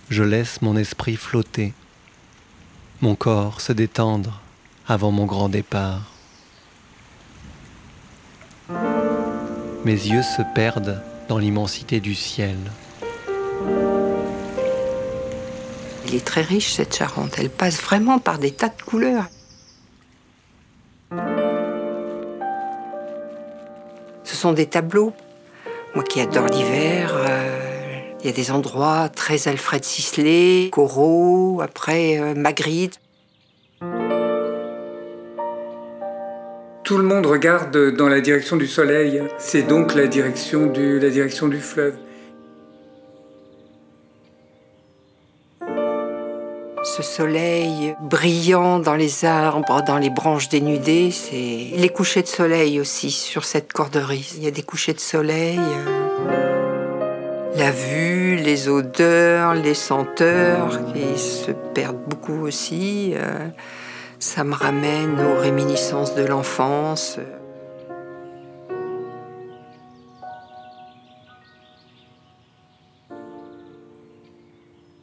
je laisse mon esprit flotter, mon corps se détendre avant mon grand départ. Mes yeux se perdent dans l'immensité du ciel. Elle est très riche, cette Charente. Elle passe vraiment par des tas de couleurs. Ce sont des tableaux. Moi qui adore l'hiver, il y a des endroits très Alfred Sisley, Corot, après Magritte. Tout le monde regarde dans la direction du soleil. C'est donc la direction du fleuve. Ce soleil brillant dans les arbres, dans les branches dénudées, c'est les couchers de soleil aussi sur cette corderie. Il y a des couchers de soleil, la vue, les odeurs, les senteurs qui se perdent beaucoup aussi. Ça me ramène aux réminiscences de l'enfance.